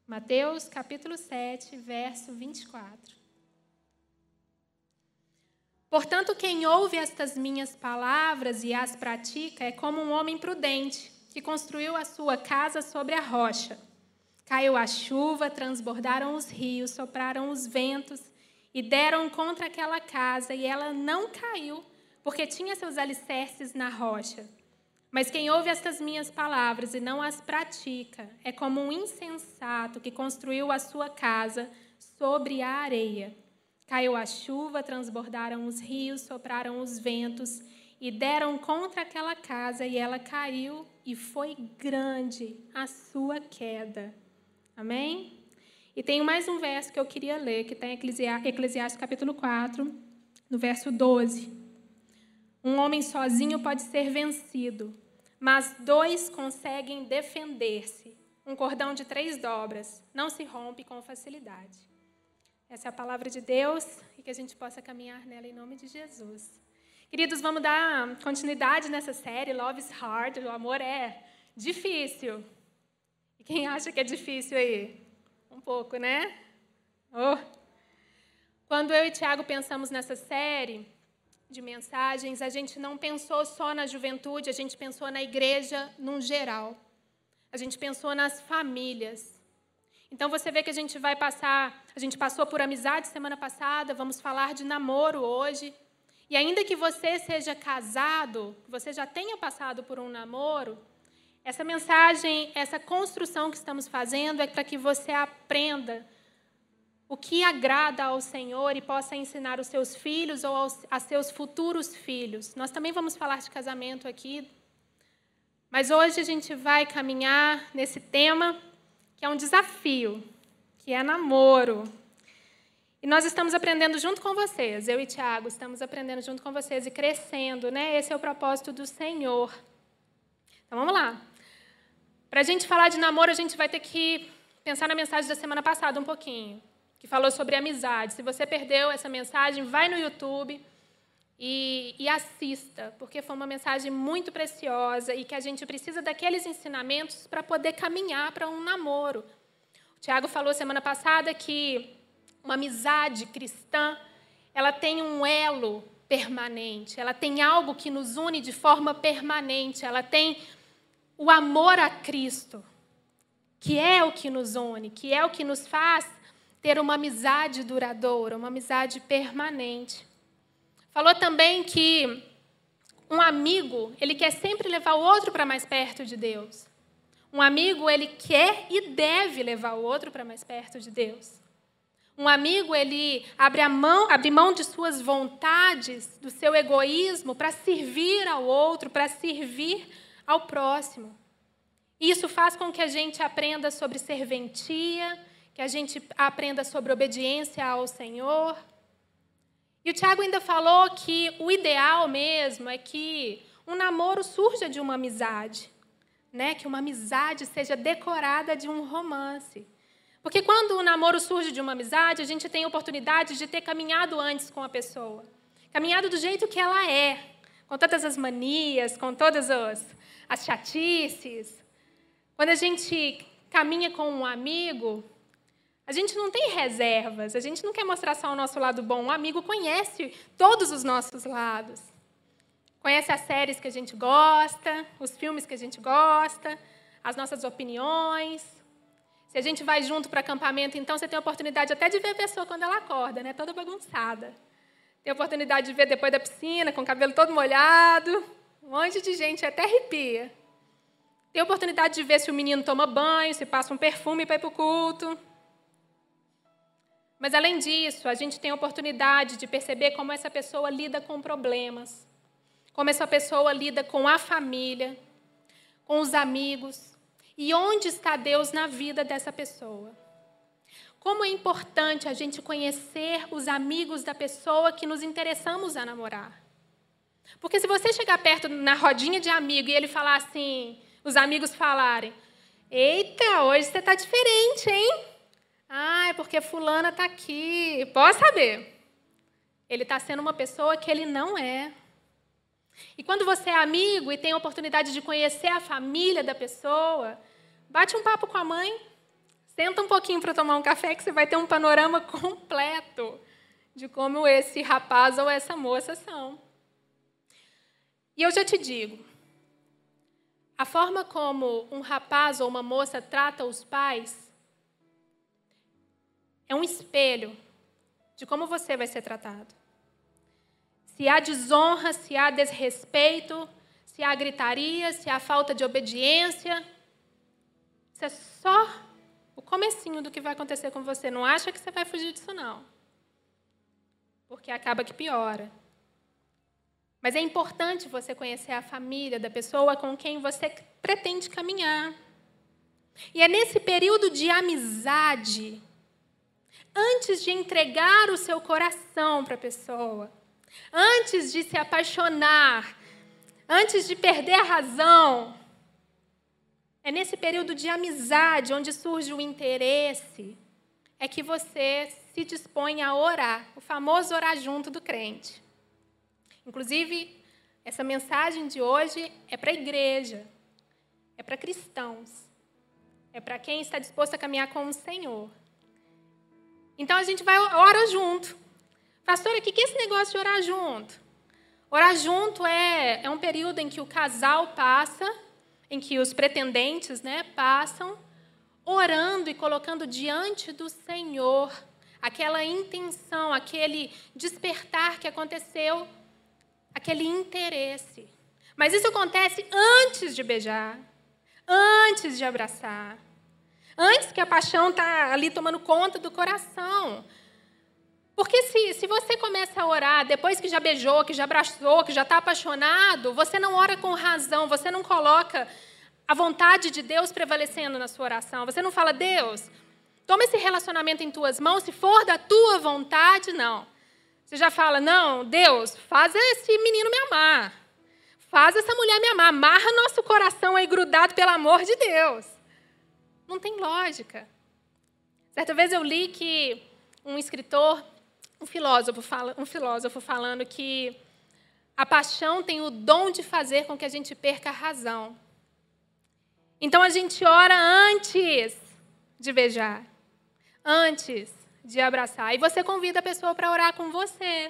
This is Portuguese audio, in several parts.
Mateus, capítulo 7, verso 24. Portanto, quem ouve estas minhas palavras e as pratica é como um homem prudente, que construiu a sua casa sobre a rocha. Caiu a chuva, transbordaram os rios, sopraram os ventos e deram contra aquela casa, e ela não caiu, porque tinha seus alicerces na rocha. Mas quem ouve estas minhas palavras e não as pratica é como um insensato que construiu a sua casa sobre a areia. Caiu a chuva, transbordaram os rios, sopraram os ventos e deram contra aquela casa, e ela caiu, e foi grande a sua queda. Amém? E tem mais um verso que eu queria ler, que está em Eclesiastes capítulo 4, no verso 12. Um homem sozinho pode ser vencido, mas dois conseguem defender-se. Um cordão de 3 dobras não se rompe com facilidade. Essa é a palavra de Deus e que a gente possa caminhar nela em nome de Jesus. Queridos, vamos dar continuidade nessa série, Love is Hard, o amor é difícil. E quem acha que é difícil aí? Um pouco, né? Oh. Quando eu e Tiago pensamos nessa série de mensagens, a gente não pensou só na juventude, a gente pensou na igreja num geral. A gente pensou nas famílias. Então você vê que a gente passou por amizade semana passada, vamos falar de namoro hoje. E ainda que você seja casado, que você já tenha passado por um namoro, essa mensagem, essa construção que estamos fazendo é para que você aprenda o que agrada ao Senhor e possa ensinar os seus filhos ou a seus futuros filhos. Nós também vamos falar de casamento aqui, mas hoje a gente vai caminhar nesse tema que é um desafio, que é namoro. E nós estamos aprendendo junto com vocês, eu e Tiago estamos aprendendo junto com vocês e crescendo, né? Esse é o propósito do Senhor. Então vamos lá. Para a gente falar de namoro, a gente vai ter que pensar na mensagem da semana passada um pouquinho, que falou sobre amizade. Se você perdeu essa mensagem, vai no YouTube e assista, porque foi uma mensagem muito preciosa e que a gente precisa daqueles ensinamentos para poder caminhar para um namoro. O Tiago falou semana passada que uma amizade cristã, ela tem um elo permanente, ela tem algo que nos une de forma permanente, ela tem o amor a Cristo, que é o que nos une, que é o que nos faz ter uma amizade duradoura, uma amizade permanente. Falou também que um amigo, ele quer sempre levar o outro para mais perto de Deus. Um amigo, ele quer e deve levar o outro para mais perto de Deus. Um amigo, ele abre mão de suas vontades, do seu egoísmo, para servir ao outro, para servir ao próximo. Isso faz com que a gente aprenda sobre serventia, que a gente aprenda sobre obediência ao Senhor. E o Tiago ainda falou que o ideal mesmo é que um namoro surja de uma amizade, né? Que uma amizade seja decorada de um romance. Porque quando o namoro surge de uma amizade, a gente tem a oportunidade de ter caminhado antes com a pessoa. Caminhado do jeito que ela é, com todas as manias, com todas as chatices. Quando a gente caminha com um amigo, a gente não tem reservas, a gente não quer mostrar só o nosso lado bom. Um amigo conhece todos os nossos lados. Conhece as séries que a gente gosta, os filmes que a gente gosta, as nossas opiniões. Se a gente vai junto para acampamento, então você tem a oportunidade até de ver a pessoa quando ela acorda, né? Toda bagunçada. Tem a oportunidade de ver depois da piscina, com o cabelo todo molhado. Um monte de gente até arrepia. Tem a oportunidade de ver se o menino toma banho, se passa um perfume para ir para o culto. Mas, além disso, a gente tem a oportunidade de perceber como essa pessoa lida com problemas, como essa pessoa lida com a família, com os amigos, e onde está Deus na vida dessa pessoa. Como é importante a gente conhecer os amigos da pessoa que nos interessamos a namorar. Porque se você chegar perto na rodinha de amigo e ele falar assim, os amigos falarem, eita, hoje você está diferente, hein? Ah, é porque fulana está aqui. Pode saber. Ele está sendo uma pessoa que ele não é. E quando você é amigo e tem a oportunidade de conhecer a família da pessoa, bate um papo com a mãe, Senta um pouquinho para tomar um café que você vai ter um panorama completo de como esse rapaz ou essa moça são. E eu já te digo, a forma como um rapaz ou uma moça trata os pais é um espelho de como você vai ser tratado. Se há desonra, se há desrespeito, se há gritaria, se há falta de obediência, isso é só o comecinho do que vai acontecer com você. Não acha que você vai fugir disso, não. Porque acaba que piora. Mas é importante você conhecer a família da pessoa com quem você pretende caminhar. E é nesse período de amizade, antes de entregar o seu coração para a pessoa, antes de se apaixonar, antes de perder a razão, é nesse período de amizade, onde surge o interesse, é que você se dispõe a orar, o famoso orar junto do crente. Inclusive, essa mensagem de hoje é para a igreja, é para cristãos, é para quem está disposto a caminhar com o Senhor. Então, a gente vai orar junto. Pastora, o que é esse negócio de orar junto? Orar junto é um período em que o casal passa, em que os pretendentes, passam, orando e colocando diante do Senhor aquela intenção, aquele despertar que aconteceu, aquele interesse. Mas isso acontece antes de beijar, antes de abraçar, antes que a paixão está ali tomando conta do coração. Porque se você começa a orar depois que já beijou, que já abraçou, que já está apaixonado, você não ora com razão, você não coloca a vontade de Deus prevalecendo na sua oração. Você não fala, Deus, toma esse relacionamento em tuas mãos, se for da tua vontade, não. Você já fala, não, Deus, faz esse menino me amar. Faz essa mulher me amar. Amarra nosso coração aí grudado pelo amor de Deus. Não tem lógica. Certa vez eu li que um escritor, um filósofo falando que a paixão tem o dom de fazer com que a gente perca a razão. Então a gente ora antes de beijar, antes de abraçar. E você convida a pessoa para orar com você.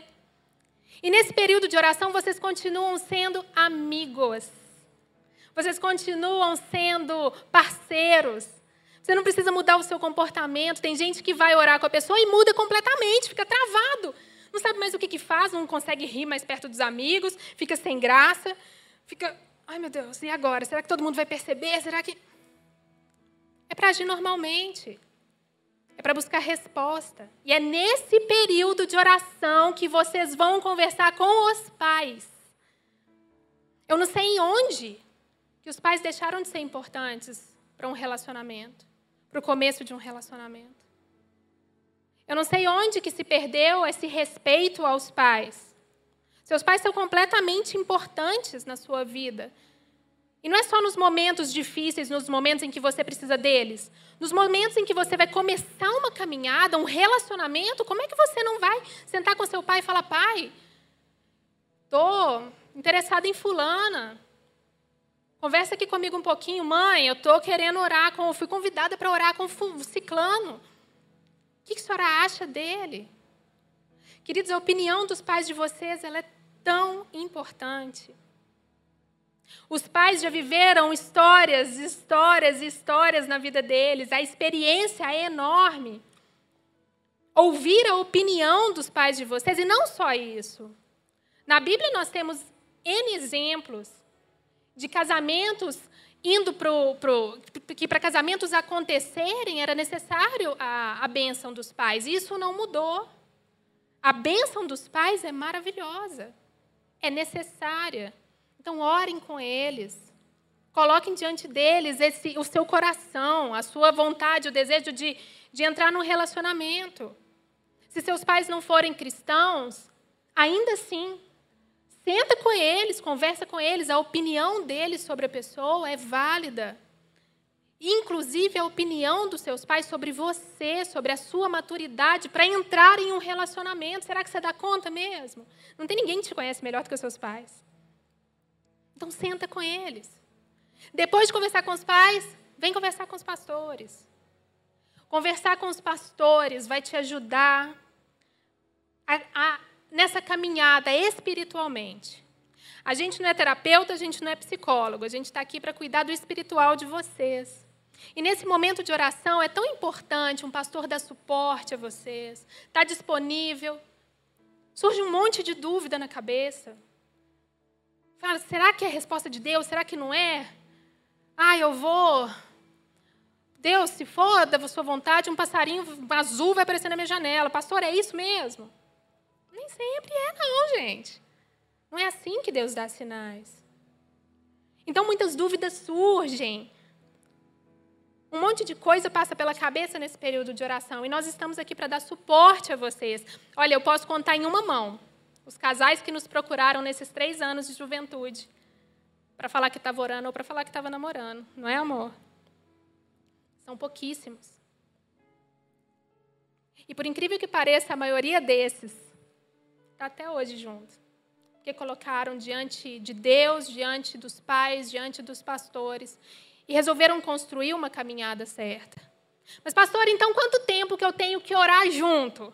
E nesse período de oração, vocês continuam sendo amigos. Vocês continuam sendo parceiros. Você não precisa mudar o seu comportamento. Tem gente que vai orar com a pessoa e muda completamente, fica travado. Não sabe mais o que faz, não consegue rir mais perto dos amigos, fica sem graça, fica, ai meu Deus, e agora? Será que todo mundo vai perceber? Será que... É para agir normalmente. É para buscar resposta. E é nesse período de oração que vocês vão conversar com os pais. Eu não sei em onde que os pais deixaram de ser importantes para um relacionamento, para o começo de um relacionamento. Eu não sei onde que se perdeu esse respeito aos pais. Seus pais são completamente importantes na sua vida. E não é só nos momentos difíceis, nos momentos em que você precisa deles. Nos momentos em que você vai começar uma caminhada, um relacionamento, como é que você não vai sentar com seu pai e falar, pai, estou interessada em fulana. Conversa aqui comigo um pouquinho, mãe, eu estou querendo orar, fui convidada para orar com o ciclano. O que a senhora acha dele? Queridos, a opinião dos pais de vocês ela é tão importante. Os pais já viveram histórias na vida deles. A experiência é enorme. Ouvir a opinião dos pais de vocês, e não só isso. Na Bíblia nós temos N exemplos de casamentos indo que para casamentos acontecerem era necessário a bênção dos pais. Isso não mudou. A bênção dos pais é maravilhosa. É necessária. Então, orem com eles. Coloquem diante deles o seu coração, a sua vontade, o desejo de entrar num relacionamento. Se seus pais não forem cristãos, ainda assim, senta com eles, conversa com eles. A opinião deles sobre a pessoa é válida. Inclusive, a opinião dos seus pais sobre você, sobre a sua maturidade para entrar em um relacionamento. Será que você dá conta mesmo? Não tem ninguém que te conhece melhor do que os seus pais. Então, senta com eles. Depois de conversar com os pais, vem conversar com os pastores. Conversar com os pastores vai te ajudar nessa caminhada espiritualmente. A gente não é terapeuta, a gente não é psicólogo, a gente está aqui para cuidar do espiritual de vocês. E nesse momento de oração é tão importante um pastor dar suporte a vocês, estar disponível. Surge um monte de dúvida na cabeça. Fala, será que é a resposta de Deus? Será que não é? Eu vou... Deus, se for da sua vontade, um passarinho azul vai aparecer na minha janela. Pastor, é isso mesmo? Nem sempre é, não, gente. Não é assim que Deus dá sinais. Então, muitas dúvidas surgem. Um monte de coisa passa pela cabeça nesse período de oração. E nós estamos aqui para dar suporte a vocês. Olha, eu posso contar em uma mão os casais que nos procuraram nesses 3 anos de juventude para falar que estava orando ou para falar que estava namorando. Não é, amor? São pouquíssimos. E por incrível que pareça, a maioria desses está até hoje junto. Porque colocaram diante de Deus, diante dos pais, diante dos pastores e resolveram construir uma caminhada certa. Mas, pastor, então quanto tempo que eu tenho que orar junto?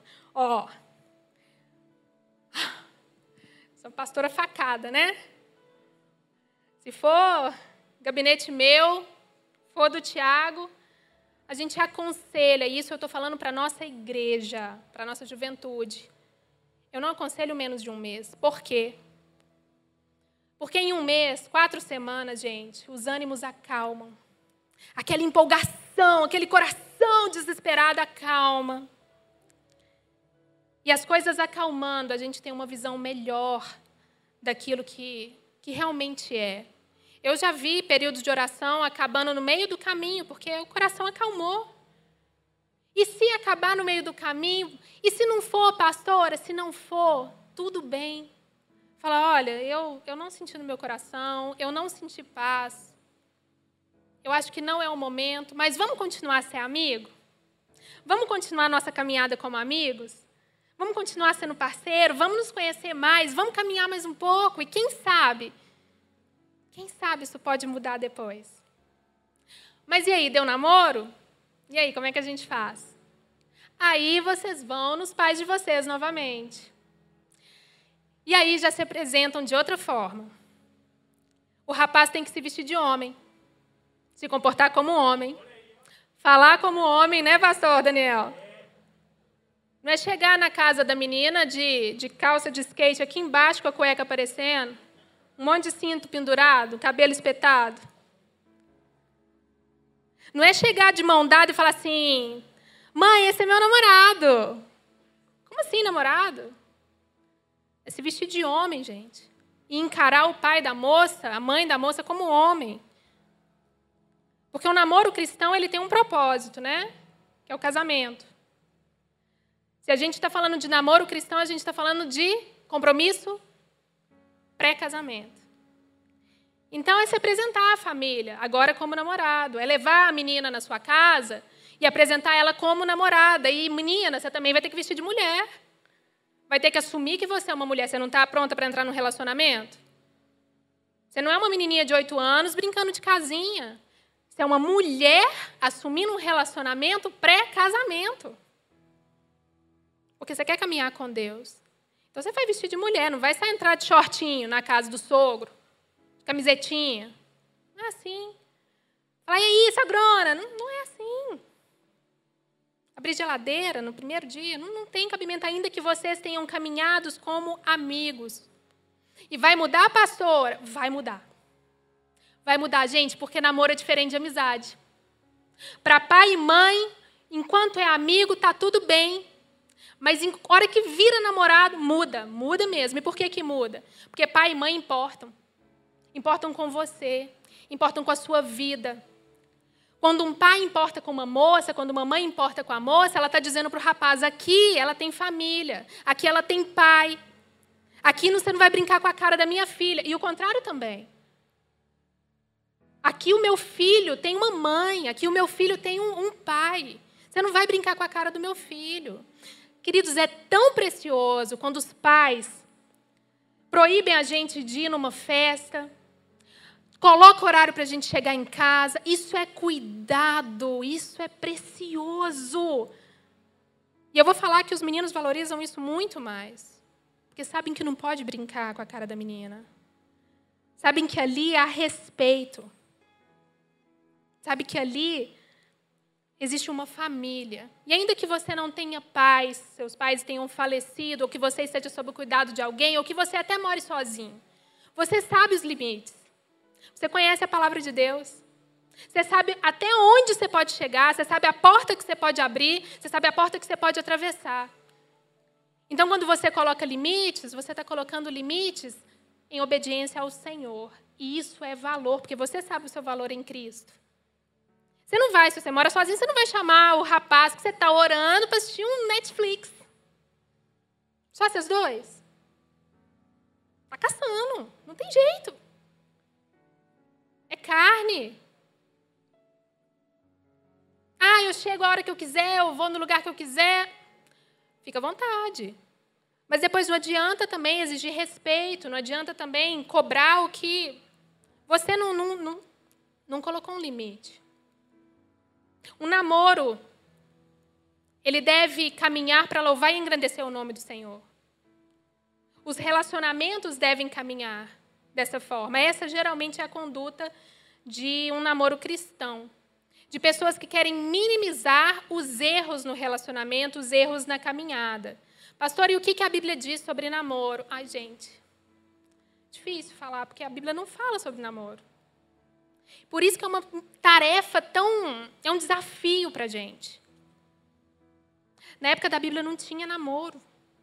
Sou pastora facada, né? Se for gabinete meu, for do Tiago, a gente aconselha, e isso eu estou falando para a nossa igreja, para a nossa juventude. Eu não aconselho menos de 1 mês. Por quê? Porque em 1 mês, 4 semanas, gente, os ânimos acalmam. Aquela empolgação, aquele coração desesperado acalma. E as coisas acalmando, a gente tem uma visão melhor daquilo que realmente é. Eu já vi períodos de oração acabando no meio do caminho, porque o coração acalmou. E se acabar no meio do caminho, e se não for, pastora, se não for, tudo bem. Fala, olha, eu não senti no meu coração, eu não senti paz. Eu acho que não é o momento, mas vamos continuar a ser amigo? Vamos continuar a nossa caminhada como amigos? Vamos continuar sendo parceiro? Vamos nos conhecer mais? Vamos caminhar mais um pouco? E quem sabe isso pode mudar depois? Mas e aí, deu namoro? E aí, como é que a gente faz? Aí vocês vão nos pais de vocês novamente. E aí já se apresentam de outra forma. O rapaz tem que se vestir de homem, se comportar como homem, falar como homem, né, pastor Daniel? Não é chegar na casa da menina de calça de skate aqui embaixo com a cueca aparecendo, um monte de cinto pendurado, cabelo espetado. Não é chegar de mão dada e falar assim, mãe, esse é meu namorado. Como assim, namorado? É se vestir de homem, gente. E encarar o pai da moça, a mãe da moça, como homem. Porque o namoro cristão ele tem um propósito, né? Que é o casamento. Se a gente está falando de namoro cristão, a gente está falando de compromisso pré-casamento. Então, é se apresentar à família, agora como namorado. É levar a menina na sua casa e apresentar ela como namorada. E, menina, você também vai ter que vestir de mulher. Vai ter que assumir que você é uma mulher. Você não está pronta para entrar num relacionamento? Você não é uma menininha de 8 anos brincando de casinha. Você é uma mulher assumindo um relacionamento pré-casamento. Porque você quer caminhar com Deus. Então, você vai vestir de mulher, não vai só entrar de shortinho na casa do sogro, de camisetinha. Não é assim. Fala, e aí, sogrona? Não é assim. Abrir geladeira no primeiro dia, não tem cabimento, ainda que vocês tenham caminhados como amigos. E vai mudar, pastora? Vai mudar. Vai mudar, gente, porque namoro é diferente de amizade. Para pai e mãe, enquanto é amigo, tá tudo bem. Mas na hora que vira namorado, muda mesmo. E por que muda? Porque pai e mãe importam. Importam com você, importam com a sua vida. Quando um pai importa com uma moça, quando uma mãe importa com a moça, ela está dizendo para o rapaz, aqui ela tem família, aqui ela tem pai. Aqui você não vai brincar com a cara da minha filha. E o contrário também. Aqui o meu filho tem uma mãe, aqui o meu filho tem um pai. Você não vai brincar com a cara do meu filho. Queridos, é tão precioso quando os pais proíbem a gente de ir numa festa, coloca horário para a gente chegar em casa. Isso é cuidado, isso é precioso. E eu vou falar que os meninos valorizam isso muito mais. Porque sabem que não pode brincar com a cara da menina. Sabem que ali há respeito. Sabe que ali existe uma família. E ainda que você não tenha pais, seus pais tenham falecido, ou que você esteja sob o cuidado de alguém, ou que você até more sozinho, você sabe os limites. Você conhece a palavra de Deus. Você sabe até onde você pode chegar, você sabe a porta que você pode abrir, você sabe a porta que você pode atravessar. Então, quando você coloca limites, você está colocando limites em obediência ao Senhor. E isso é valor, porque você sabe o seu valor em Cristo. Você não vai, se você mora sozinho, você não vai chamar o rapaz que você está orando para assistir um Netflix. Só vocês dois? Está caçando, não tem jeito. É carne. Ah, eu chego a hora que eu quiser, eu vou no lugar que eu quiser. Fica à vontade. Mas depois não adianta também exigir respeito, não adianta também cobrar o que você não colocou um limite. Um namoro, ele deve caminhar para louvar e engrandecer o nome do Senhor. Os relacionamentos devem caminhar dessa forma. Essa geralmente é a conduta de um namoro cristão. De pessoas que querem minimizar os erros no relacionamento, os erros na caminhada. Pastor, e o que a Bíblia diz sobre namoro? Ai, gente, difícil falar, porque a Bíblia não fala sobre namoro. Por isso que é uma tarefa é um desafio para a gente. Na época da Bíblia não tinha namoro.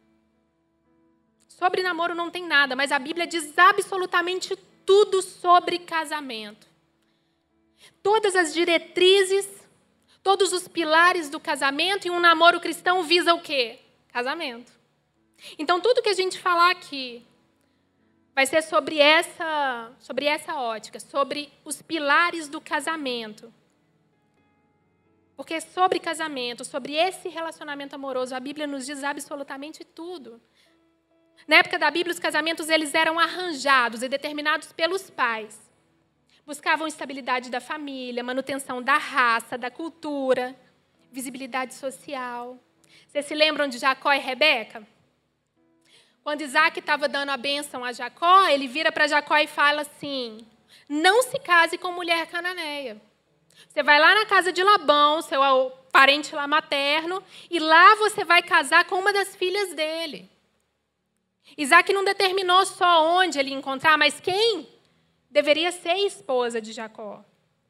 Sobre namoro não tem nada, mas a Bíblia diz absolutamente tudo sobre casamento. Todas as diretrizes, todos os pilares do casamento, e um namoro cristão visa o quê? Casamento. Então, tudo que a gente falar aqui vai ser sobre essa ótica, sobre os pilares do casamento. Porque sobre casamento, sobre esse relacionamento amoroso, a Bíblia nos diz absolutamente tudo. Na época da Bíblia, os casamentos eles eram arranjados e determinados pelos pais. Buscavam estabilidade da família, manutenção da raça, da cultura, visibilidade social. Vocês se lembram de Jacó e Rebeca? Quando Isaac estava dando a bênção a Jacó, ele vira para Jacó e fala assim: não se case com mulher cananeia. Você vai lá na casa de Labão, seu parente lá materno, e lá você vai casar com uma das filhas dele. Isaac não determinou só onde ele ia encontrar, mas quem deveria ser esposa de Jacó.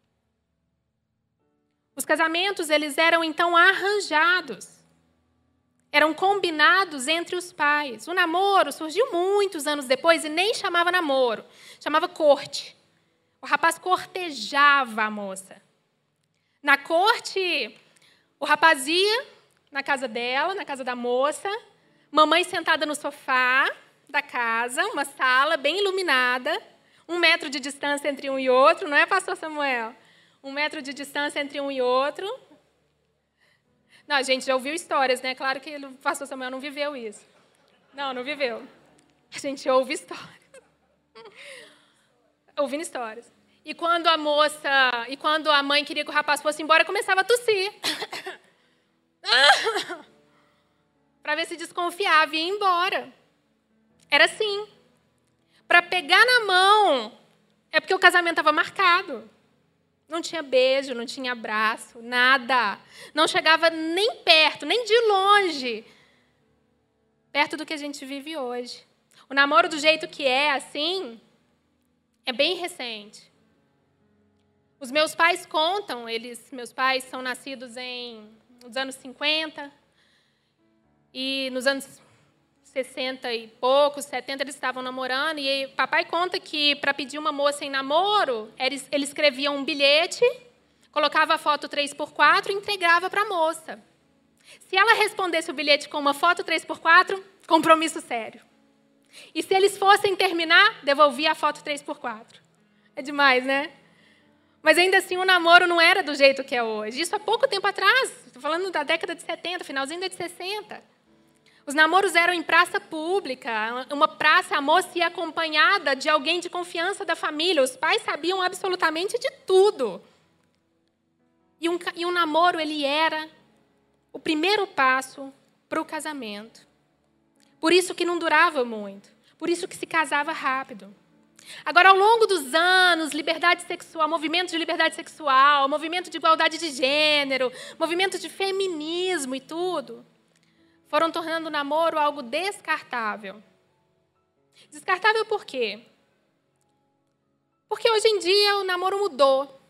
Os casamentos, eles eram então arranjados. Eram combinados entre os pais. O namoro surgiu muitos anos depois e nem chamava namoro, chamava corte. O rapaz cortejava a moça. Na corte, o rapaz ia na casa dela, na casa da moça, mamãe sentada no sofá da casa, uma sala bem iluminada, 1 metro de distância entre um e outro, não é, pastor Samuel? 1 metro de distância entre um e outro. Não, a gente já ouviu histórias, né? Claro que o pastor Samuel não viveu isso. Não viveu. A gente ouve histórias. Ouvindo histórias. E quando a mãe queria que o rapaz fosse embora, começava a tossir. Para ver se desconfiava e ia embora. Era assim. Para pegar na mão, é porque o casamento estava marcado. Não tinha beijo, não tinha abraço, nada. Não chegava nem perto, nem de longe, perto do que a gente vive hoje. O namoro do jeito que é, assim, é bem recente. Os meus pais contam, meus pais são nascidos nos anos 50, e nos anos 60 e poucos, 70, eles estavam namorando, e papai conta que, para pedir uma moça em namoro, ele escrevia um bilhete, colocava a foto 3x4 e entregava para a moça. Se ela respondesse o bilhete com uma foto 3x4, compromisso sério. E se eles fossem terminar, devolvia a foto 3x4. É demais, né? Mas ainda assim o namoro não era do jeito que é hoje. Isso há pouco tempo atrás, estou falando da década de 70, finalzinho da de 60. Os namoros eram em praça pública, uma praça, a moça ia acompanhada de alguém de confiança da família. Os pais sabiam absolutamente de tudo. E um namoro, ele era o primeiro passo para o casamento. Por isso que não durava muito. Por isso que se casava rápido. Agora, ao longo dos anos, liberdade sexual, movimento de liberdade sexual, movimento de igualdade de gênero, movimento de feminismo e tudo, foram tornando o namoro algo descartável. Descartável por quê? Porque hoje em dia o namoro mudou.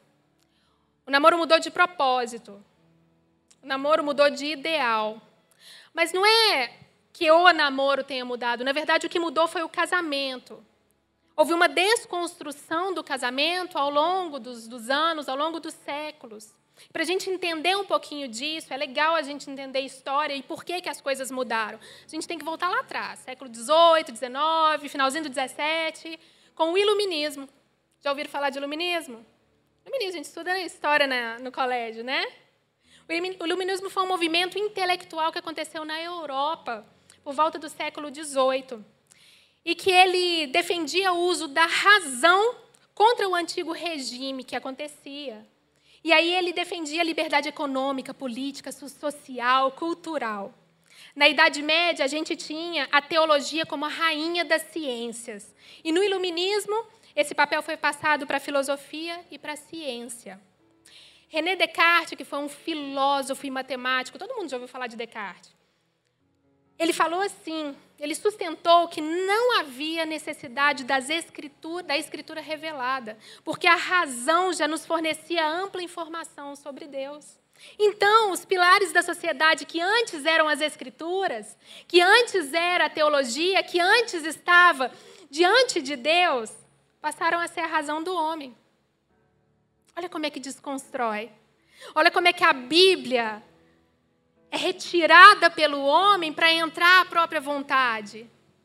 O namoro mudou de propósito. O namoro mudou de ideal. Mas não é que o namoro tenha mudado. Na verdade, o que mudou foi o casamento. Houve uma desconstrução do casamento ao longo dos anos, ao longo dos séculos. Para a gente entender um pouquinho disso, é legal a gente entender a história e por que as coisas mudaram. A gente tem que voltar lá atrás, século XVIII, XIX, finalzinho do XVII, com o iluminismo. Já ouviram falar de iluminismo? Iluminismo, a gente estuda história no colégio, né? O iluminismo foi um movimento intelectual que aconteceu na Europa, por volta do século XVIII, e que ele defendia o uso da razão contra o antigo regime que acontecia. E aí ele defendia a liberdade econômica, política, social, cultural. Na Idade Média, a gente tinha a teologia como a rainha das ciências. E no iluminismo, esse papel foi passado para a filosofia e para a ciência. René Descartes, que foi um filósofo e matemático, todo mundo já ouviu falar de Descartes. Ele falou assim, ele sustentou que não havia necessidade da escritura revelada, porque a razão já nos fornecia ampla informação sobre Deus. Então, os pilares da sociedade que antes eram as escrituras, que antes era a teologia, que antes estava diante de Deus, passaram a ser a razão do homem. Olha como é que desconstrói. Olha como é que a Bíblia é retirada pelo homem para entrar à própria vontade.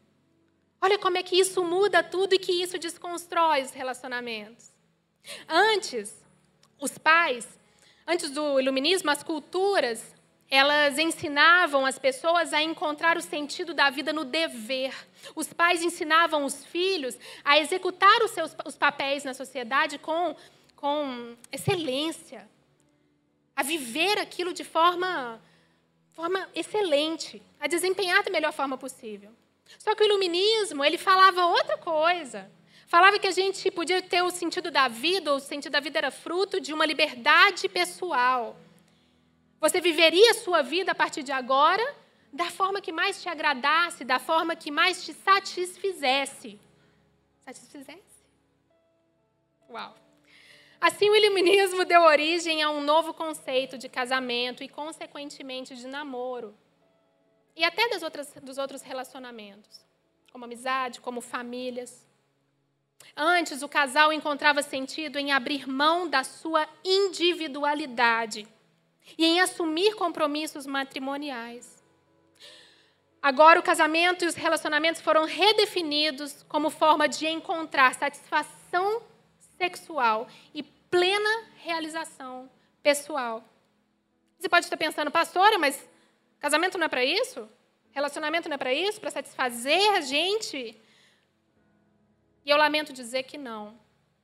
Olha como é que isso muda tudo e que isso desconstrói os relacionamentos. Antes, os pais, antes do iluminismo, as culturas, elas ensinavam as pessoas a encontrar o sentido da vida no dever. Os pais ensinavam os filhos a executar os papéis na sociedade com excelência, a viver aquilo de forma excelente, a desempenhar da melhor forma possível. Só que o iluminismo, ele falava outra coisa. Falava que a gente podia ter o sentido da vida, ou o sentido da vida era fruto de uma liberdade pessoal. Você viveria a sua vida a partir de agora da forma que mais te agradasse, da forma que mais te satisfizesse. Satisfizesse? Uau! Assim, o iluminismo deu origem a um novo conceito de casamento e, consequentemente, de namoro. E até dos outros relacionamentos, como amizade, como famílias. Antes, o casal encontrava sentido em abrir mão da sua individualidade e em assumir compromissos matrimoniais. Agora, o casamento e os relacionamentos foram redefinidos como forma de encontrar satisfação sexual e plena realização pessoal. Você pode estar pensando, pastora, mas casamento não é para isso? Relacionamento não é para isso? Para satisfazer a gente? E eu lamento dizer que não.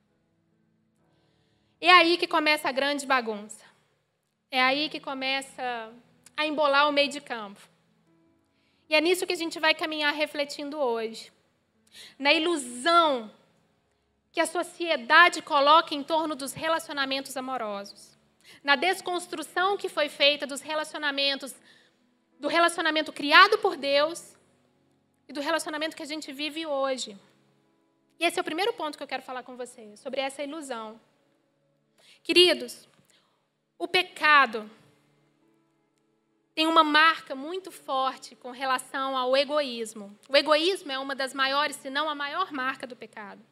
É aí que começa a grande bagunça. É aí que começa a embolar o meio de campo. E é nisso que a gente vai caminhar refletindo hoje. Na ilusão que a sociedade coloca em torno dos relacionamentos amorosos. Na desconstrução que foi feita dos relacionamentos, do relacionamento criado por Deus e do relacionamento que a gente vive hoje. E esse é o primeiro ponto que eu quero falar com vocês, sobre essa ilusão. Queridos, o pecado tem uma marca muito forte com relação ao egoísmo. O egoísmo é uma das maiores, se não a maior marca do pecado.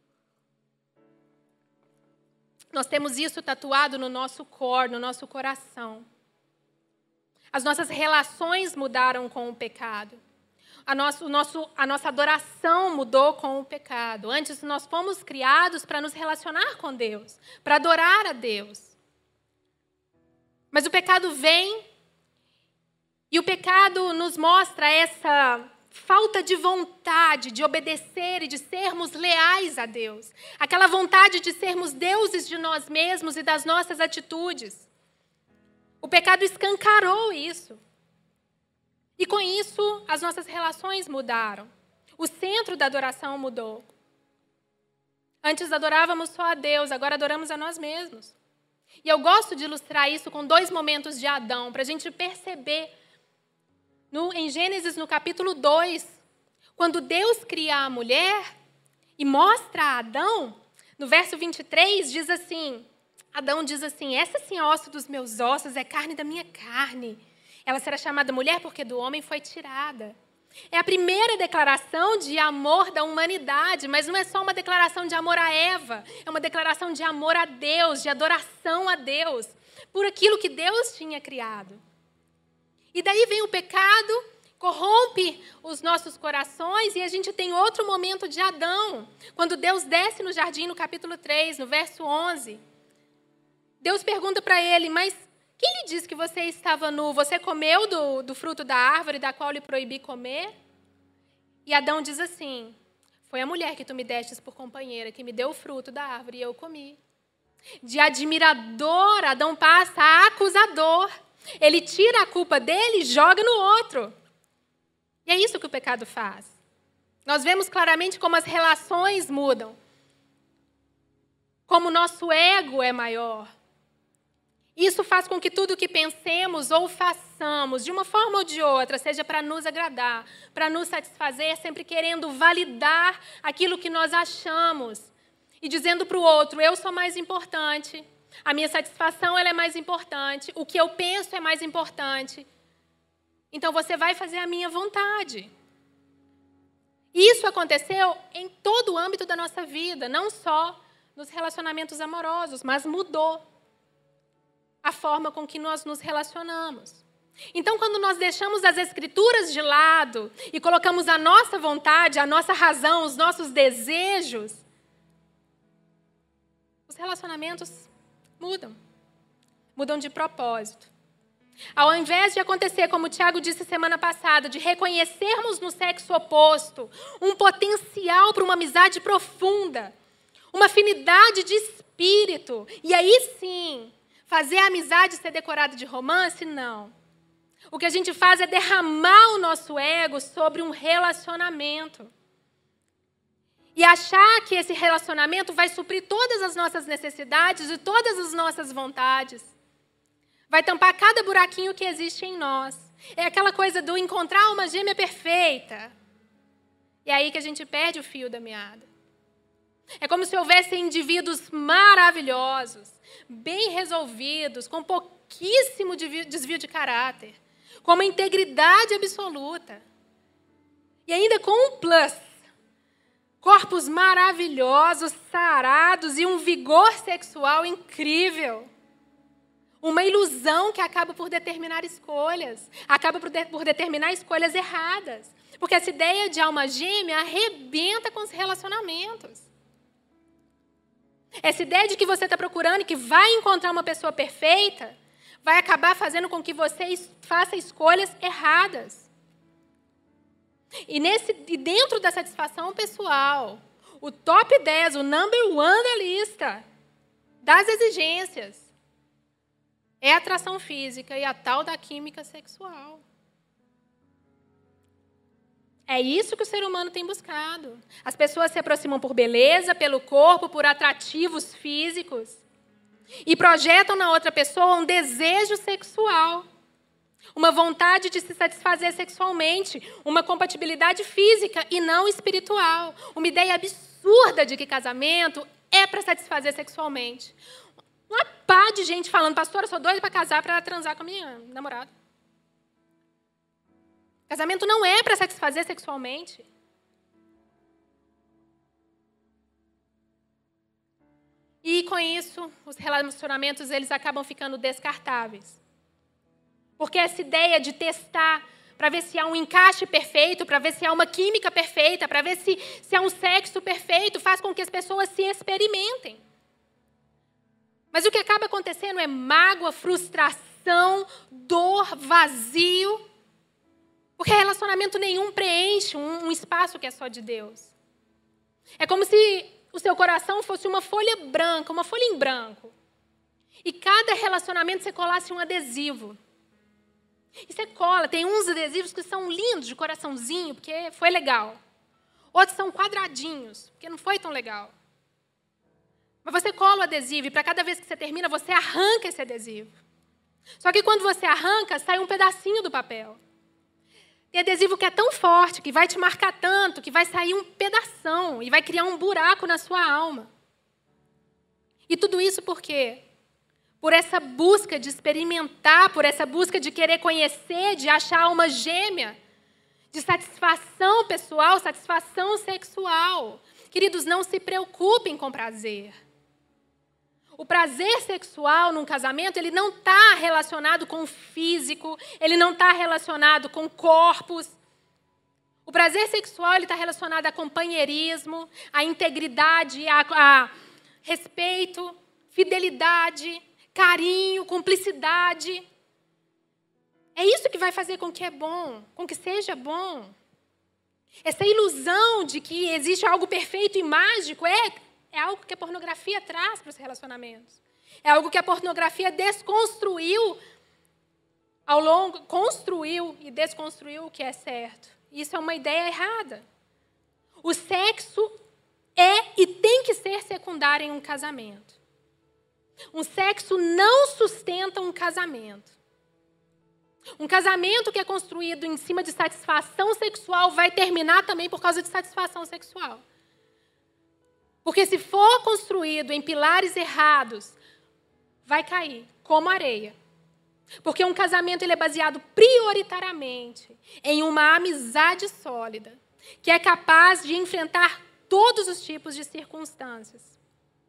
Nós temos isso tatuado no nosso core, no nosso coração. As nossas relações mudaram com o pecado. A nossa adoração mudou com o pecado. Antes, nós fomos criados para nos relacionar com Deus, para adorar a Deus. Mas o pecado vem E o pecado nos mostra essa falta de vontade de obedecer e de sermos leais a Deus. Aquela vontade de sermos deuses de nós mesmos e das nossas atitudes. O pecado escancarou isso. E com isso, as nossas relações mudaram. O centro da adoração mudou. Antes adorávamos só a Deus, agora adoramos a nós mesmos. E eu gosto de ilustrar isso com 2 momentos de Adão, para a gente perceber. Em Gênesis, no capítulo 2, quando Deus cria a mulher e mostra a Adão, no verso 23, diz assim, Adão diz assim, essa sim é osso dos meus ossos, é carne da minha carne. Ela será chamada mulher porque do homem foi tirada. É a primeira declaração de amor da humanidade, mas não é só uma declaração de amor a Eva, é uma declaração de amor a Deus, de adoração a Deus, por aquilo que Deus tinha criado. E daí vem o pecado, corrompe os nossos corações e a gente tem outro momento de Adão, quando Deus desce no jardim, no capítulo 3, no verso 11. Deus pergunta para ele, mas quem lhe disse que você estava nu? Você comeu do fruto da árvore da qual lhe proibi comer? E Adão diz assim, foi a mulher que tu me destes por companheira, que me deu o fruto da árvore e eu comi. De admirador, Adão passa a acusador. Ele tira a culpa dele e joga no outro. E é isso que o pecado faz. Nós vemos claramente como as relações mudam. Como o nosso ego é maior. Isso faz com que tudo o que pensemos ou façamos, de uma forma ou de outra, seja para nos agradar, para nos satisfazer, sempre querendo validar aquilo que nós achamos. E dizendo para o outro, eu sou mais importante. A minha satisfação ela é mais importante. O que eu penso é mais importante. Então, você vai fazer a minha vontade. Isso aconteceu em todo o âmbito da nossa vida, não só nos relacionamentos amorosos, mas mudou a forma com que nós nos relacionamos. Então, quando nós deixamos as Escrituras de lado e colocamos a nossa vontade, a nossa razão, os nossos desejos, os relacionamentos mudam de propósito. Ao invés de acontecer, como o Tiago disse semana passada, de reconhecermos no sexo oposto um potencial para uma amizade profunda, uma afinidade de espírito, e aí sim, fazer a amizade ser decorada de romance, não. O que a gente faz é derramar o nosso ego sobre um relacionamento. E achar que esse relacionamento vai suprir todas as nossas necessidades e todas as nossas vontades. Vai tampar cada buraquinho que existe em nós. É aquela coisa do encontrar uma gêmea perfeita. É aí que a gente perde o fio da meada. É como se houvessem indivíduos maravilhosos, bem resolvidos, com pouquíssimo desvio de caráter, com uma integridade absoluta. E ainda com um plus. Corpos maravilhosos, sarados e um vigor sexual incrível. Uma ilusão que acaba por determinar escolhas. Acaba por determinar escolhas erradas. Porque essa ideia de alma gêmea arrebenta com os relacionamentos. Essa ideia de que você está procurando e que vai encontrar uma pessoa perfeita vai acabar fazendo com que você faça escolhas erradas. E dentro da satisfação pessoal, o top 10, o number 1 da lista das exigências é a atração física e a tal da química sexual. É isso que o ser humano tem buscado. As pessoas se aproximam por beleza, pelo corpo, por atrativos físicos e projetam na outra pessoa um desejo sexual. Uma vontade de se satisfazer sexualmente, uma compatibilidade física e não espiritual. Uma ideia absurda de que casamento é para satisfazer sexualmente. Uma pá de gente falando, pastora, eu sou doida para casar, para transar com a minha namorada. Casamento não é para satisfazer sexualmente. E com isso, os relacionamentos eles acabam ficando descartáveis. Porque essa ideia de testar para ver se há um encaixe perfeito, para ver se há uma química perfeita, para ver se há um sexo perfeito, faz com que as pessoas se experimentem. Mas o que acaba acontecendo é mágoa, frustração, dor, vazio. Porque relacionamento nenhum preenche um espaço que é só de Deus. É como se o seu coração fosse uma folha branca, uma folha em branco. E cada relacionamento você colasse um adesivo. E você cola, tem uns adesivos que são lindos, de coraçãozinho, porque foi legal. Outros são quadradinhos, porque não foi tão legal. Mas você cola o adesivo e para cada vez que você termina, você arranca esse adesivo. Só que quando você arranca, sai um pedacinho do papel. Tem adesivo que é tão forte, que vai te marcar tanto, que vai sair um pedação e vai criar um buraco na sua alma. E tudo isso por quê? Por essa busca de experimentar, por essa busca de querer conhecer, de achar alma gêmea, de satisfação pessoal, satisfação sexual. Queridos, não se preocupem com prazer. O prazer sexual num casamento, ele não está relacionado com o físico, ele não está relacionado com corpos. O prazer sexual está relacionado a companheirismo, a integridade, a respeito, fidelidade, carinho, cumplicidade. É isso que vai fazer com que é bom, com que seja bom. Essa ilusão de que existe algo perfeito e mágico é algo que a pornografia traz para os relacionamentos. É algo que a pornografia desconstruiu construiu e desconstruiu o que é certo. Isso é uma ideia errada. O sexo é e tem que ser secundário em um casamento. Um sexo não sustenta um casamento. Um casamento que é construído em cima de satisfação sexual vai terminar também por causa de satisfação sexual. Porque se for construído em pilares errados, vai cair como areia. Porque um casamento ele é baseado prioritariamente em uma amizade sólida, que é capaz de enfrentar todos os tipos de circunstâncias.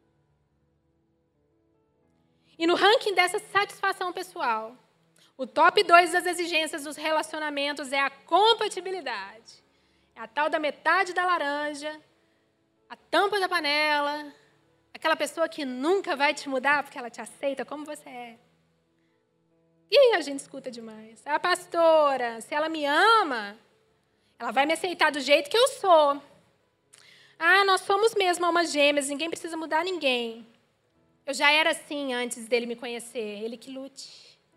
E no ranking dessa satisfação pessoal, o top 2 das exigências dos relacionamentos é a compatibilidade. É a tal da metade da laranja, a tampa da panela, aquela pessoa que nunca vai te mudar porque ela te aceita como você é. E aí a gente escuta demais. A pastora, se ela me ama, ela vai me aceitar do jeito que eu sou. Ah, nós somos mesmo almas gêmeas, ninguém precisa mudar ninguém. Eu já era assim antes dele me conhecer, ele que lute.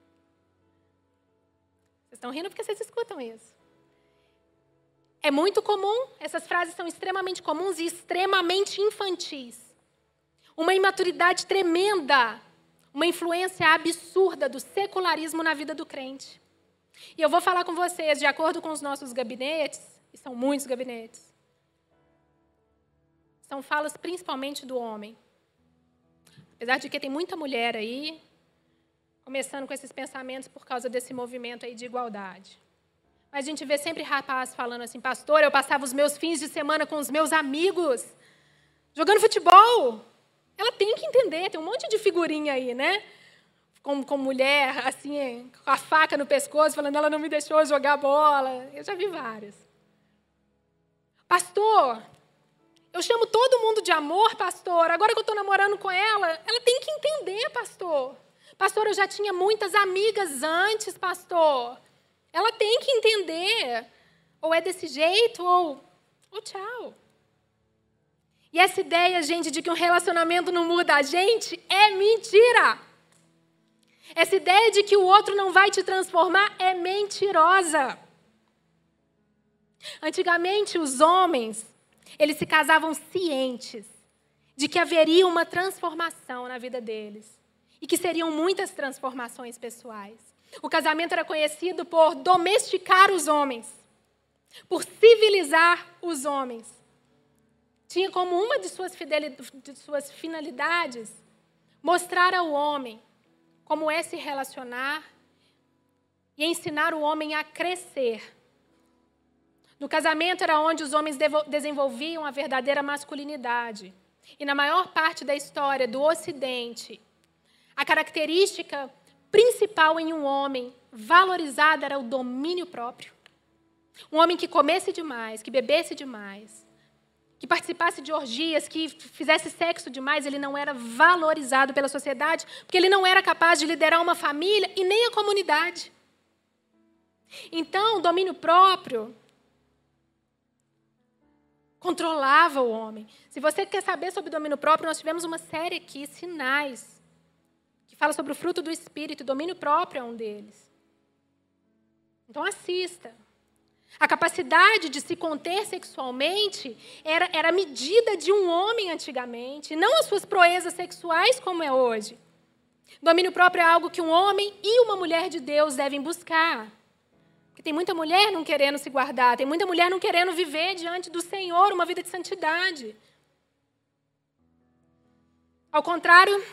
Vocês estão rindo porque vocês escutam isso. É muito comum, essas frases são extremamente comuns e extremamente infantis. Uma imaturidade tremenda, uma influência absurda do secularismo na vida do crente. E eu vou falar com vocês, de acordo com os nossos gabinetes, e são muitos gabinetes, são falas principalmente do homem. Apesar de que tem muita mulher aí, começando com esses pensamentos por causa desse movimento aí de igualdade. Mas a gente vê sempre rapaz falando assim, pastor, eu passava os meus fins de semana com os meus amigos, jogando futebol. Ela tem que entender, tem um monte de figurinha aí, né? Com mulher, assim, com a faca no pescoço, falando, ela não me deixou jogar bola. Eu já vi várias. Pastor, eu chamo todo mundo de amor, pastor. Agora que eu estou namorando com ela tem que entender, pastor. Pastor, eu já tinha muitas amigas antes, pastor. Ela tem que entender. Ou é desse jeito, ou tchau. E essa ideia, gente, de que um relacionamento não muda a gente é mentira. Essa ideia de que o outro não vai te transformar é mentirosa. Antigamente, os homens, eles se casavam cientes de que haveria uma transformação na vida deles e que seriam muitas transformações pessoais. O casamento era conhecido por domesticar os homens, por civilizar os homens. Tinha como uma de suas finalidades mostrar ao homem como é se relacionar e ensinar o homem a crescer. No casamento era onde os homens desenvolviam a verdadeira masculinidade. E na maior parte da história do Ocidente, a característica principal em um homem valorizado era o domínio próprio. Um homem que comesse demais, que bebesse demais, que participasse de orgias, que fizesse sexo demais, ele não era valorizado pela sociedade, porque ele não era capaz de liderar uma família e nem a comunidade. Então, o domínio próprio controlava o homem. Se você quer saber sobre domínio próprio, nós tivemos uma série aqui, Sinais, que fala sobre o fruto do Espírito. O domínio próprio é um deles. Então, assista. A capacidade de se conter sexualmente era a medida de um homem antigamente, não as suas proezas sexuais como é hoje. Domínio próprio é algo que um homem e uma mulher de Deus devem buscar. Porque tem muita mulher não querendo se guardar, tem muita mulher não querendo viver diante do Senhor uma vida de santidade. Ao contrário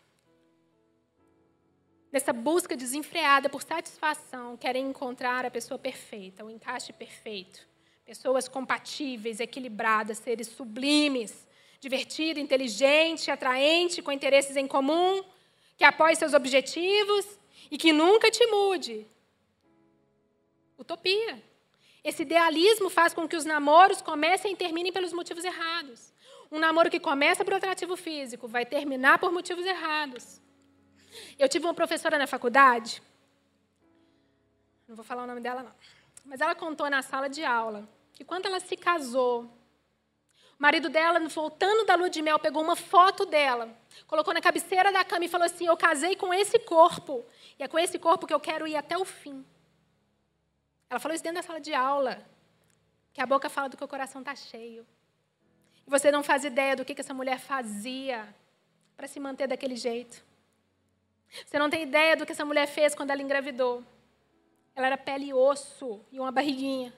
dessa busca desenfreada por satisfação, querem encontrar a pessoa perfeita, o encaixe perfeito. Pessoas compatíveis, equilibradas, seres sublimes, divertido, inteligente, atraente, com interesses em comum, que apoie seus objetivos e que nunca te mude. Utopia. Esse idealismo faz com que os namoros comecem e terminem pelos motivos errados. Um namoro que começa por atrativo físico vai terminar por motivos errados. Eu tive uma professora na faculdade, não vou falar o nome dela não, mas ela contou na sala de aula que quando ela se casou, o marido dela, voltando da lua de mel, pegou uma foto dela, colocou na cabeceira da cama e falou assim: eu casei com esse corpo, e é com esse corpo que eu quero ir até o fim. Ela falou isso dentro da sala de aula, que a boca fala do que o coração está cheio. E você não faz ideia do que essa mulher fazia para se manter daquele jeito. Você não tem ideia do que essa mulher fez quando ela engravidou. Ela era pele e osso e uma barriguinha.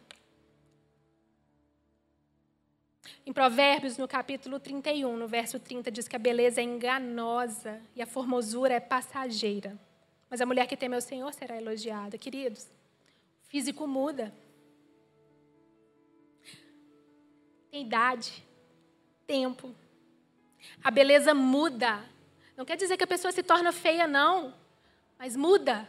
Em Provérbios, no capítulo 31, no verso 30, diz que a beleza é enganosa e a formosura é passageira. Mas a mulher que teme ao Senhor será elogiada. Queridos, o físico muda. Tem idade, tempo. A beleza muda. Não quer dizer que a pessoa se torna feia, não. Mas muda.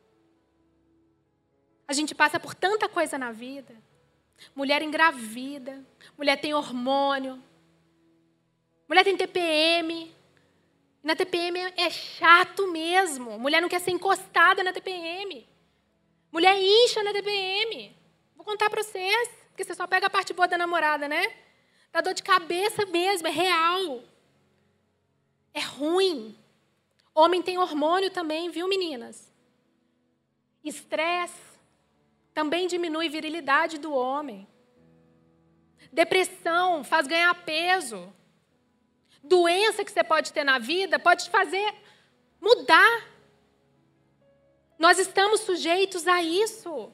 A gente passa por tanta coisa na vida. Mulher engravida, mulher tem hormônio, mulher tem TPM. Na TPM é chato mesmo. Mulher não quer ser encostada na TPM. Mulher incha na TPM. Vou contar para vocês, porque você só pega a parte boa da namorada, né? Dá dor de cabeça mesmo, é real. É ruim. Homem tem hormônio também, viu, meninas? Estresse também diminui a virilidade do homem. Depressão faz ganhar peso. Doença que você pode ter na vida pode te fazer mudar. Nós estamos sujeitos a isso.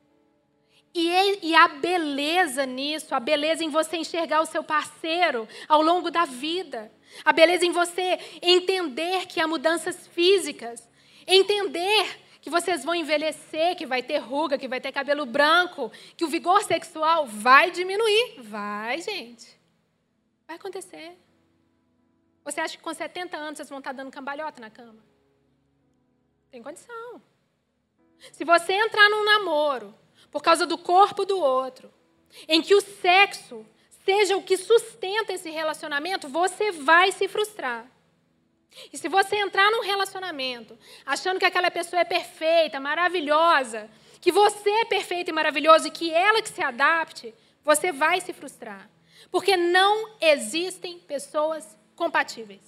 E a beleza nisso, a beleza em você enxergar o seu parceiro ao longo da vida, a beleza em você entender que há mudanças físicas, entender que vocês vão envelhecer, que vai ter ruga, que vai ter cabelo branco, que o vigor sexual vai diminuir. Vai, gente. Vai acontecer. Você acha que com 70 anos vocês vão estar dando cambalhota na cama? Tem condição. Se você entrar num namoro por causa do corpo do outro, em que o sexo seja o que sustenta esse relacionamento, você vai se frustrar. E se você entrar num relacionamento achando que aquela pessoa é perfeita, maravilhosa, que você é perfeito e maravilhoso e que ela que se adapte, você vai se frustrar. Porque não existem pessoas compatíveis.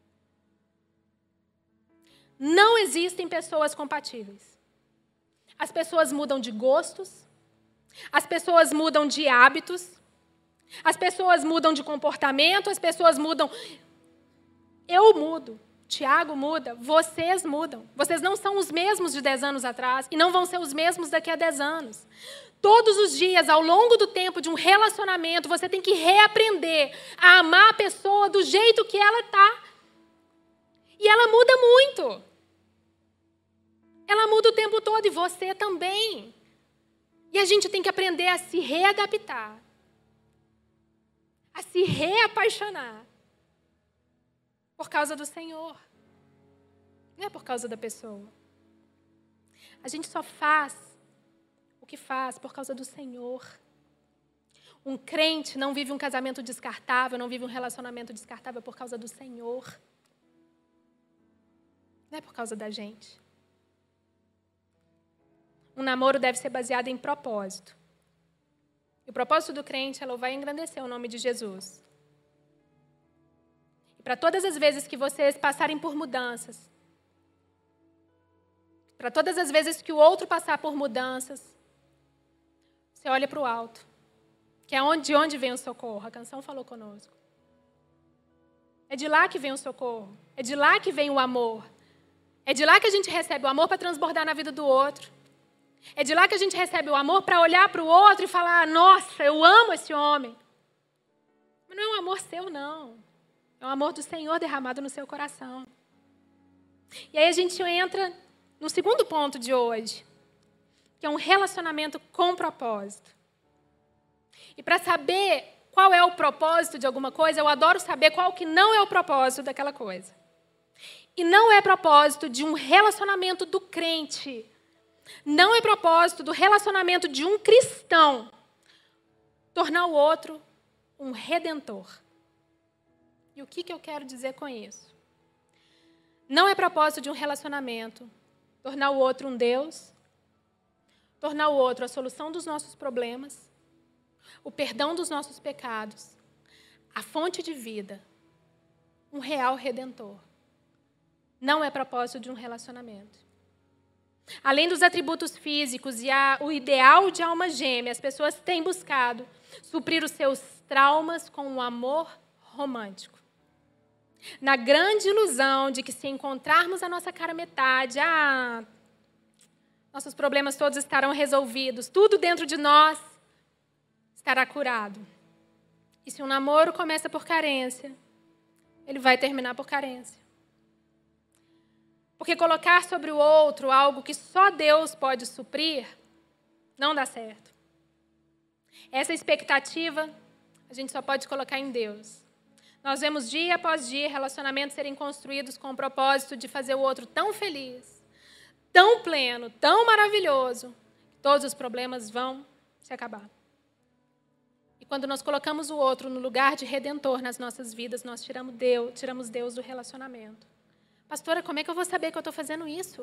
Não existem pessoas compatíveis. As pessoas mudam de gostos, as pessoas mudam de hábitos, as pessoas mudam de comportamento, as pessoas mudam. Eu mudo, Tiago muda, vocês mudam. Vocês não são os mesmos de 10 anos atrás e não vão ser os mesmos daqui a 10 anos. Todos os dias, ao longo do tempo de um relacionamento, você tem que reaprender a amar a pessoa do jeito que ela está. E ela muda muito. Ela muda o tempo todo e você também. E a gente tem que aprender a se readaptar, a se reapaixonar por causa do Senhor. Não é por causa da pessoa. A gente só faz o que faz por causa do Senhor. Um crente não vive um casamento descartável, não vive um relacionamento descartável por causa do Senhor. Não é por causa da gente. Um namoro deve ser baseado em propósito. E o propósito do crente é louvar e engrandecer o nome de Jesus. E para todas as vezes que vocês passarem por mudanças, para todas as vezes que o outro passar por mudanças, você olha para o alto, que é de onde vem o socorro. A canção falou conosco. É de lá que vem o socorro. É de lá que vem o amor. É de lá que a gente recebe o amor para transbordar na vida do outro. É de lá que a gente recebe o amor para olhar para o outro e falar: nossa, eu amo esse homem. Mas não é um amor seu, não. É um amor do Senhor derramado no seu coração. E aí a gente entra no segundo ponto de hoje, que é um relacionamento com propósito. E para saber qual é o propósito de alguma coisa, eu adoro saber qual que não é o propósito daquela coisa. E não é propósito de um relacionamento do crente. Não é propósito do relacionamento de um cristão tornar o outro um redentor. E o que eu quero dizer com isso? Não é propósito de um relacionamento tornar o outro um Deus, tornar o outro a solução dos nossos problemas, o perdão dos nossos pecados, a fonte de vida, um real redentor. Não é propósito de um relacionamento. Além dos atributos físicos e o ideal de alma gêmea, as pessoas têm buscado suprir os seus traumas com um amor romântico. Na grande ilusão de que, se encontrarmos a nossa cara metade, nossos problemas todos estarão resolvidos, tudo dentro de nós estará curado. E se um namoro começa por carência, ele vai terminar por carência. Porque colocar sobre o outro algo que só Deus pode suprir, não dá certo. Essa expectativa a gente só pode colocar em Deus. Nós vemos dia após dia relacionamentos serem construídos com o propósito de fazer o outro tão feliz, tão pleno, tão maravilhoso, que todos os problemas vão se acabar. E quando nós colocamos o outro no lugar de redentor nas nossas vidas, nós tiramos Deus do relacionamento. Pastora, como é que eu vou saber que eu estou fazendo isso?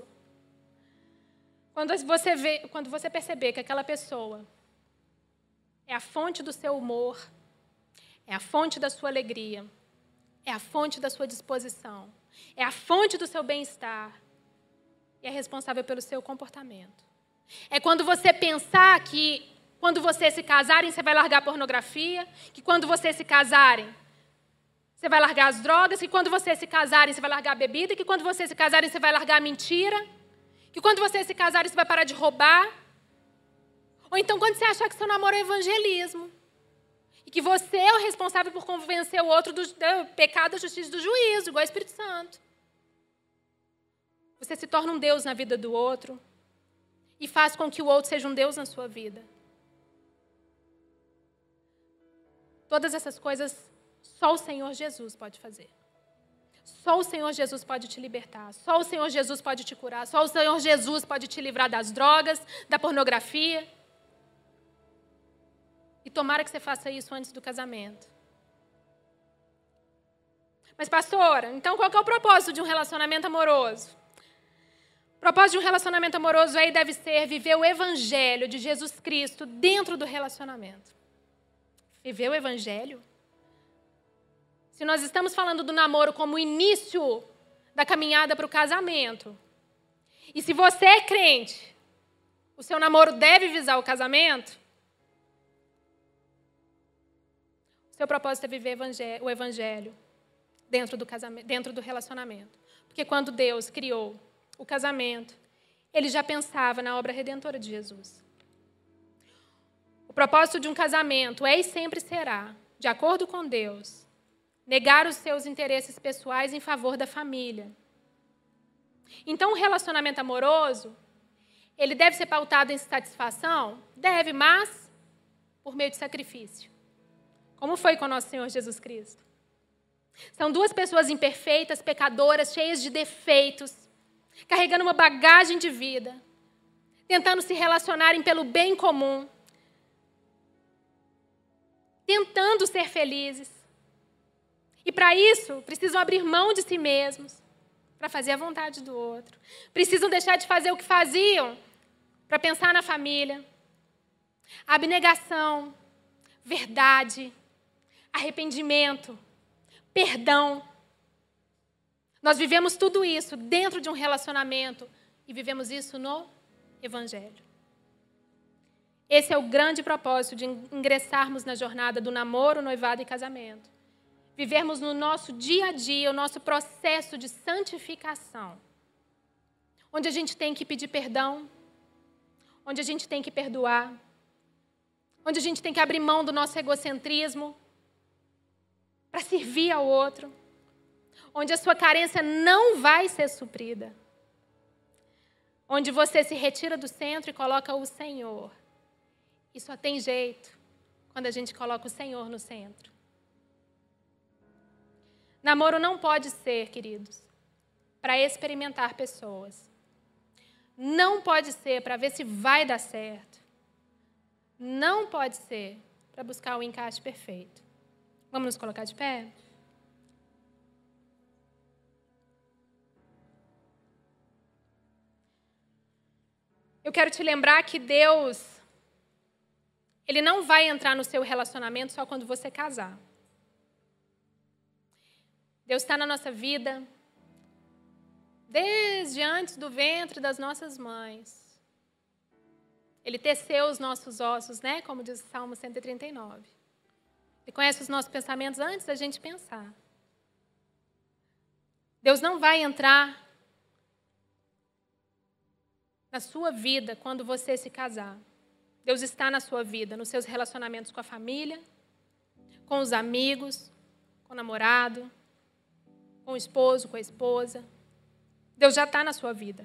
Quando você perceber que aquela pessoa é a fonte do seu humor, é a fonte da sua alegria, é a fonte da sua disposição, é a fonte do seu bem-estar e é responsável pelo seu comportamento. É quando você pensar que, quando vocês se casarem, você vai largar a pornografia, que quando vocês se casarem, você vai largar as drogas, que quando vocês se casarem, você vai largar a bebida, que quando vocês se casarem, você vai largar a mentira, que quando vocês se casarem, você vai parar de roubar. Ou então, quando você achar que seu namoro é evangelismo, e que você é o responsável por convencer o outro do pecado, da justiça e do juízo, igual o Espírito Santo. Você se torna um Deus na vida do outro e faz com que o outro seja um Deus na sua vida. Todas essas coisas só o Senhor Jesus pode fazer. Só o Senhor Jesus pode te libertar. Só o Senhor Jesus pode te curar. Só o Senhor Jesus pode te livrar das drogas, da pornografia. E tomara que você faça isso antes do casamento. Mas, pastora, então qual que é o propósito de um relacionamento amoroso? O propósito de um relacionamento amoroso aí deve ser viver o evangelho de Jesus Cristo dentro do relacionamento. Viver o evangelho? Se nós estamos falando do namoro como início da caminhada para o casamento, e se você é crente, o seu namoro deve visar o casamento, o seu propósito é viver o evangelho dentro do casamento, dentro do relacionamento. Porque quando Deus criou o casamento, ele já pensava na obra redentora de Jesus. O propósito de um casamento é e sempre será, de acordo com Deus, negar os seus interesses pessoais em favor da família. Então, o relacionamento amoroso, ele deve ser pautado em satisfação? Deve, mas por meio de sacrifício. Como foi com o nosso Senhor Jesus Cristo? São duas pessoas imperfeitas, pecadoras, cheias de defeitos, carregando uma bagagem de vida, tentando se relacionarem pelo bem comum, tentando ser felizes. E para isso, precisam abrir mão de si mesmos, para fazer a vontade do outro. Precisam deixar de fazer o que faziam para pensar na família, abnegação, verdade, arrependimento, perdão. Nós vivemos tudo isso dentro de um relacionamento e vivemos isso no Evangelho. Esse é o grande propósito de ingressarmos na jornada do namoro, noivado e casamento. Vivermos no nosso dia a dia o nosso processo de santificação, onde a gente tem que pedir perdão, onde a gente tem que perdoar, onde a gente tem que abrir mão do nosso egocentrismo para servir ao outro, onde a sua carência não vai ser suprida, onde você se retira do centro e coloca o Senhor. E só tem jeito quando a gente coloca o Senhor no centro. Namoro não pode ser, queridos, para experimentar pessoas. Não pode ser para ver se vai dar certo. Não pode ser para buscar o encaixe perfeito. Vamos nos colocar de pé? Eu quero te lembrar que Deus, Ele não vai entrar no seu relacionamento só quando você casar. Deus está na nossa vida desde antes do ventre das nossas mães. Ele teceu os nossos ossos, né? Como diz o Salmo 139. Ele conhece os nossos pensamentos antes da gente pensar. Deus não vai entrar na sua vida quando você se casar. Deus está na sua vida, nos seus relacionamentos com a família, com os amigos, com o namorado, com o esposo, com a esposa. Deus já está na sua vida.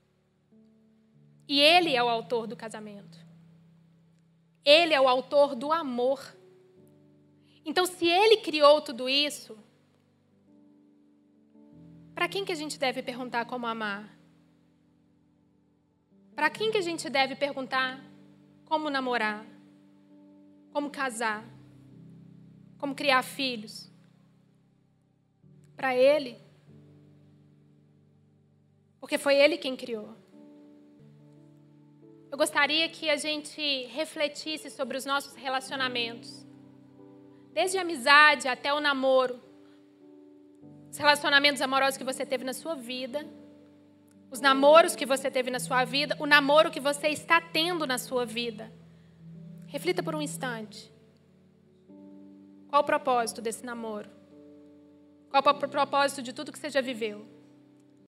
E Ele é o autor do casamento. Ele é o autor do amor. Então, se Ele criou tudo isso, para quem que a gente deve perguntar como amar? Para quem que a gente deve perguntar como namorar? Como casar? Como criar filhos? Para Ele. Porque foi Ele quem criou. Eu gostaria que a gente refletisse sobre os nossos relacionamentos. Desde a amizade até o namoro. Os relacionamentos amorosos que você teve na sua vida. Os namoros que você teve na sua vida. O namoro que você está tendo na sua vida. Reflita por um instante. Qual o propósito desse namoro? Qual o propósito de tudo que você já viveu?